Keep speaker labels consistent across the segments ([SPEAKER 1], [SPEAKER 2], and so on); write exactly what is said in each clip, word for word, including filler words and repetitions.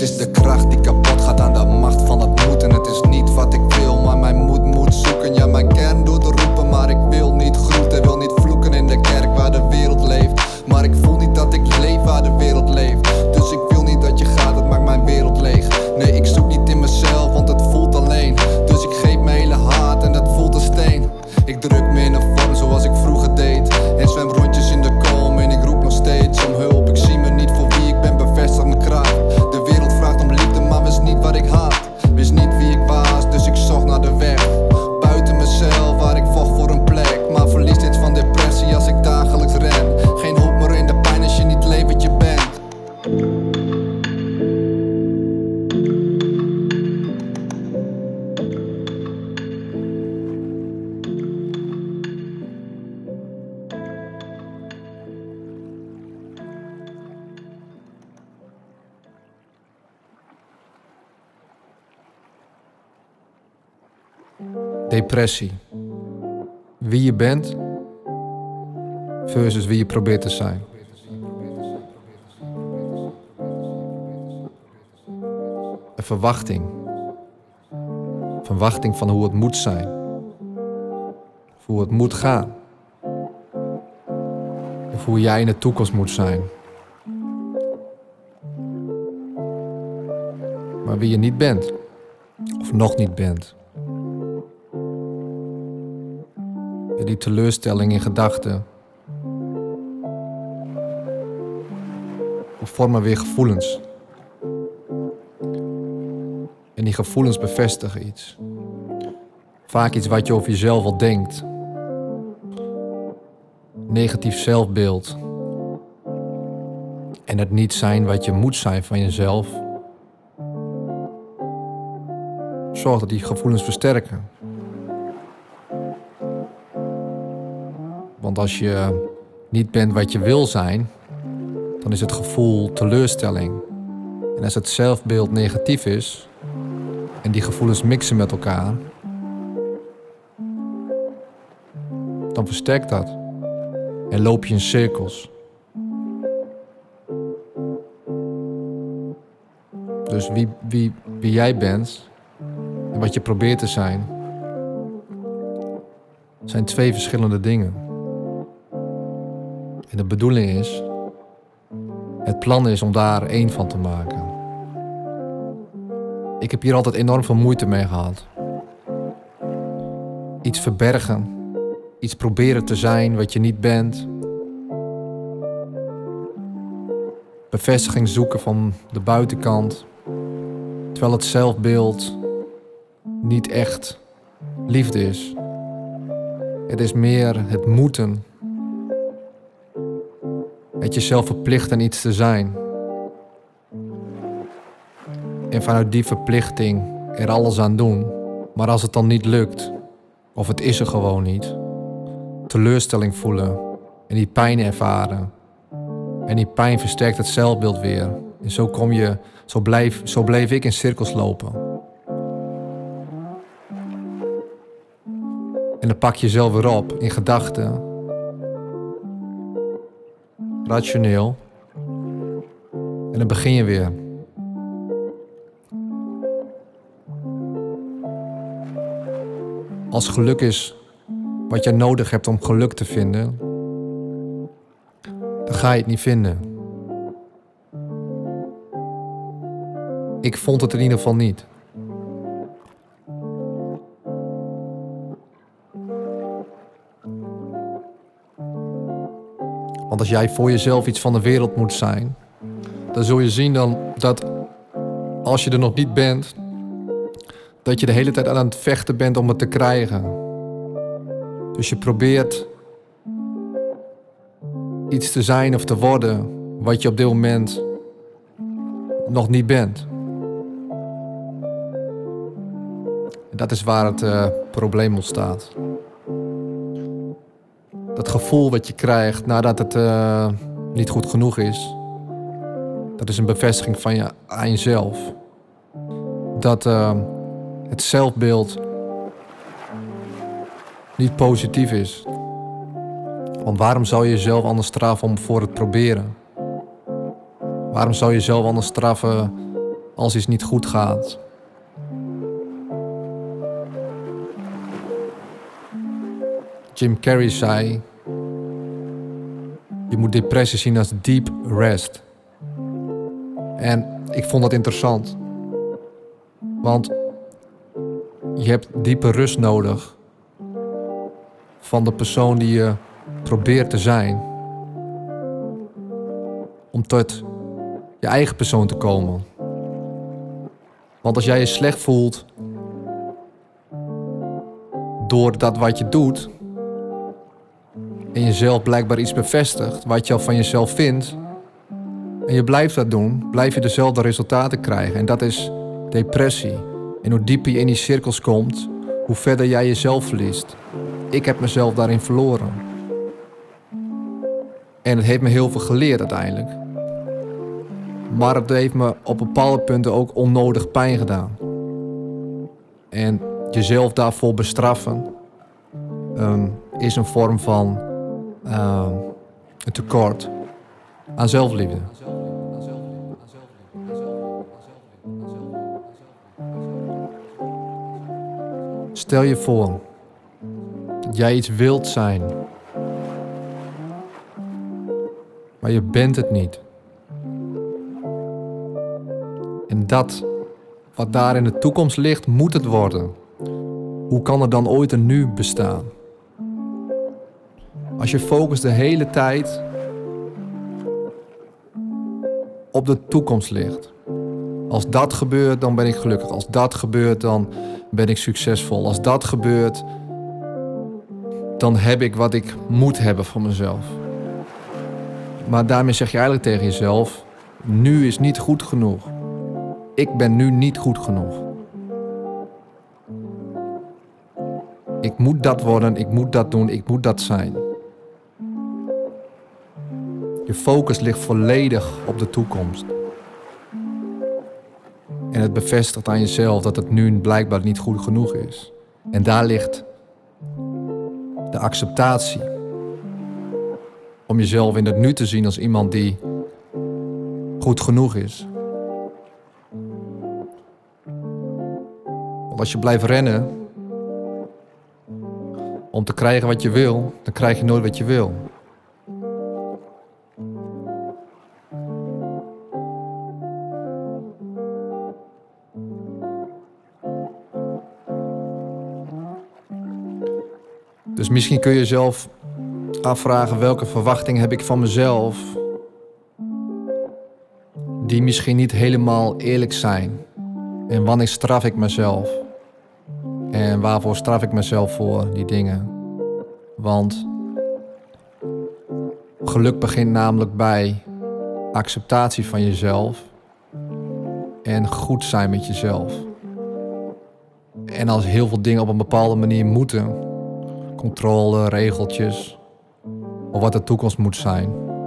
[SPEAKER 1] Het is de kracht die kapot gaat aan de macht van het moeten. Het is niet wat ik wil, maar mijn moed moet zoeken. Ja, mijn kern doet roepen, maar ik wil niet groeten. Wil niet vloeken in de kerk waar de wereld leeft. Maar ik voel niet dat ik leef waar de wereld leeft. Dus ik wil niet dat je gaat, het maakt mijn wereld leeg. Nee, ik zoek niet in mezelf, want het voelt alleen. Dus ik geef mijn hele hart en dat voelt een steen. Ik druk me in een vorm zoals ik vroeger deed. En zwem rondjes in de kolm en ik roep nog steeds om hulp. Ik zie me niet voor wie ik ben, bevestig mijn kracht. De wereld vraagt om liefde, maar wist niet wat ik haat. Wist niet wie ik was, dus ik zocht naar de weg. Buiten mezelf, waar ik vocht voor een plek. Maar verlies dit van depressie als ik dagelijks ren. Geen hoop meer in de pijn als je niet leeft wat je bent.
[SPEAKER 2] Depressie. Wie je bent versus wie je probeert te zijn. Een verwachting. Verwachting van hoe het moet zijn. Of hoe het moet gaan. Of hoe jij in de toekomst moet zijn. Maar wie je niet bent. Of nog niet bent. Die teleurstelling in gedachten vormen weer gevoelens. En die gevoelens bevestigen iets. Vaak iets wat je over jezelf al denkt. Negatief zelfbeeld. En het niet zijn wat je moet zijn van jezelf. Zorgt dat die gevoelens versterken. Want als je niet bent wat je wil zijn, dan is het gevoel teleurstelling. En als het zelfbeeld negatief is en die gevoelens mixen met elkaar, dan versterkt dat. En loop je in cirkels. Dus wie, wie, wie jij bent en wat je probeert te zijn, zijn twee verschillende dingen. En de bedoeling is, het plan is om daar één van te maken. Ik heb hier altijd enorm veel moeite mee gehad. Iets verbergen, iets proberen te zijn wat je niet bent. Bevestiging zoeken van de buitenkant, terwijl het zelfbeeld niet echt liefde is. Het is meer het moeten. Het jezelf verplichten iets te zijn. En vanuit die verplichting er alles aan doen. Maar als het dan niet lukt, of het is er gewoon niet, teleurstelling voelen en die pijn ervaren. En die pijn versterkt het zelfbeeld weer. En zo kom je, zo blijf, zo bleef ik in cirkels lopen. En dan pak je jezelf weer op in gedachten. Rationeel. En dan begin je weer. Als geluk is wat je nodig hebt om geluk te vinden, dan ga je het niet vinden. Ik vond het in ieder geval niet. Want als jij voor jezelf iets van de wereld moet zijn, dan zul je zien dan dat als je er nog niet bent, dat je de hele tijd aan het vechten bent om het te krijgen. Dus je probeert iets te zijn of te worden wat je op dit moment nog niet bent. En dat is waar het uh, probleem ontstaat. Dat gevoel wat je krijgt nadat het uh, niet goed genoeg is, dat is een bevestiging van je, aan jezelf. Dat uh, het zelfbeeld niet positief is. Want waarom zou je jezelf anders straffen om voor het proberen? Waarom zou je jezelf anders straffen als iets niet goed gaat. Jim Carrey zei: je moet depressie zien als deep rest. En ik vond dat interessant. Want je hebt diepe rust nodig van de persoon die je probeert te zijn. Om tot je eigen persoon te komen. Want als jij je slecht voelt door dat wat je doet en jezelf blijkbaar iets bevestigt wat je al van jezelf vindt en je blijft dat doen, blijf je dezelfde resultaten krijgen. En dat is depressie. En hoe dieper je in die cirkels komt, hoe verder jij jezelf verliest. Ik heb mezelf daarin verloren. En het heeft me heel veel geleerd uiteindelijk. Maar het heeft me op bepaalde punten ook onnodig pijn gedaan. En jezelf daarvoor bestraffen um, is een vorm van um, een tekort aan zelfliefde. Stel je voor dat jij iets wilt zijn, maar je bent het niet. En dat wat daar in de toekomst ligt, moet het worden. Hoe kan er dan ooit een nu bestaan? Als je focus de hele tijd op de toekomst ligt. Als dat gebeurt, dan ben ik gelukkig. Als dat gebeurt, dan ben ik succesvol. Als dat gebeurt, dan heb ik wat ik moet hebben van mezelf. Maar daarmee zeg je eigenlijk tegen jezelf: nu is niet goed genoeg. Ik ben nu niet goed genoeg. Ik moet dat worden, ik moet dat doen, ik moet dat zijn. Je focus ligt volledig op de toekomst. En het bevestigt aan jezelf dat het nu blijkbaar niet goed genoeg is. En daar ligt de acceptatie. Om jezelf in het nu te zien als iemand die goed genoeg is. Want als je blijft rennen om te krijgen wat je wil, dan krijg je nooit wat je wil. Dus misschien kun je jezelf afvragen: welke verwachting heb ik van mezelf die misschien niet helemaal eerlijk zijn? En wanneer straf ik mezelf? En waarvoor straf ik mezelf voor die dingen? Want geluk begint namelijk bij acceptatie van jezelf en goed zijn met jezelf. En als heel veel dingen op een bepaalde manier moeten, controle, regeltjes, of wat de toekomst moet zijn,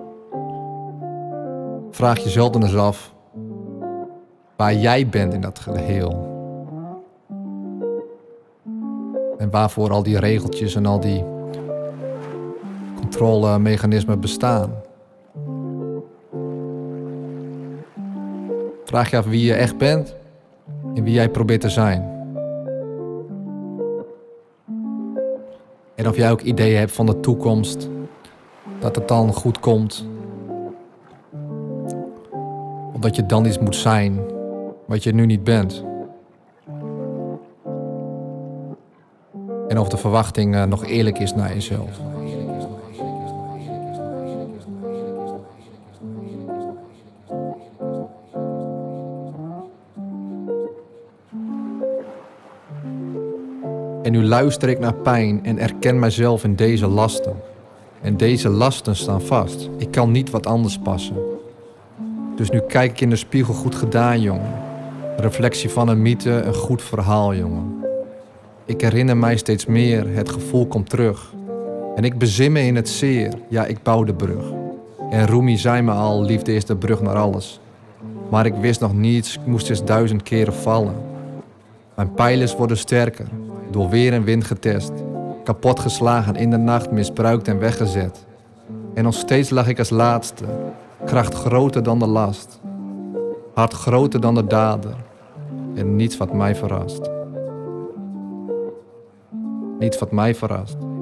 [SPEAKER 2] vraag jezelf dan eens af waar jij bent in dat geheel. En waarvoor al die regeltjes en al die controlemechanismen bestaan. Vraag je af wie je echt bent en wie jij probeert te zijn. En of jij ook ideeën hebt van de toekomst, dat het dan goed komt. Of dat je dan iets moet zijn wat je nu niet bent. En of de verwachting uh, nog eerlijk is naar jezelf. En nu luister ik naar pijn en erken mijzelf in deze lasten. En deze lasten staan vast. Ik kan niet wat anders passen. Dus nu kijk ik in de spiegel: goed gedaan, jongen. Reflectie van een mythe, een goed verhaal, jongen. Ik herinner mij steeds meer, het gevoel komt terug. En ik bezin me in het zeer, ja, ik bouw de brug. En Rumi zei me al: liefde is de brug naar alles. Maar ik wist nog niets, ik moest eens duizend keren vallen. Mijn pijlers worden sterker, door weer en wind getest. Kapot geslagen, in de nacht misbruikt en weggezet. En nog steeds lag ik als laatste, kracht groter dan de last. Hart groter dan de dader. En niets wat mij verrast. Niets wat mij verrast.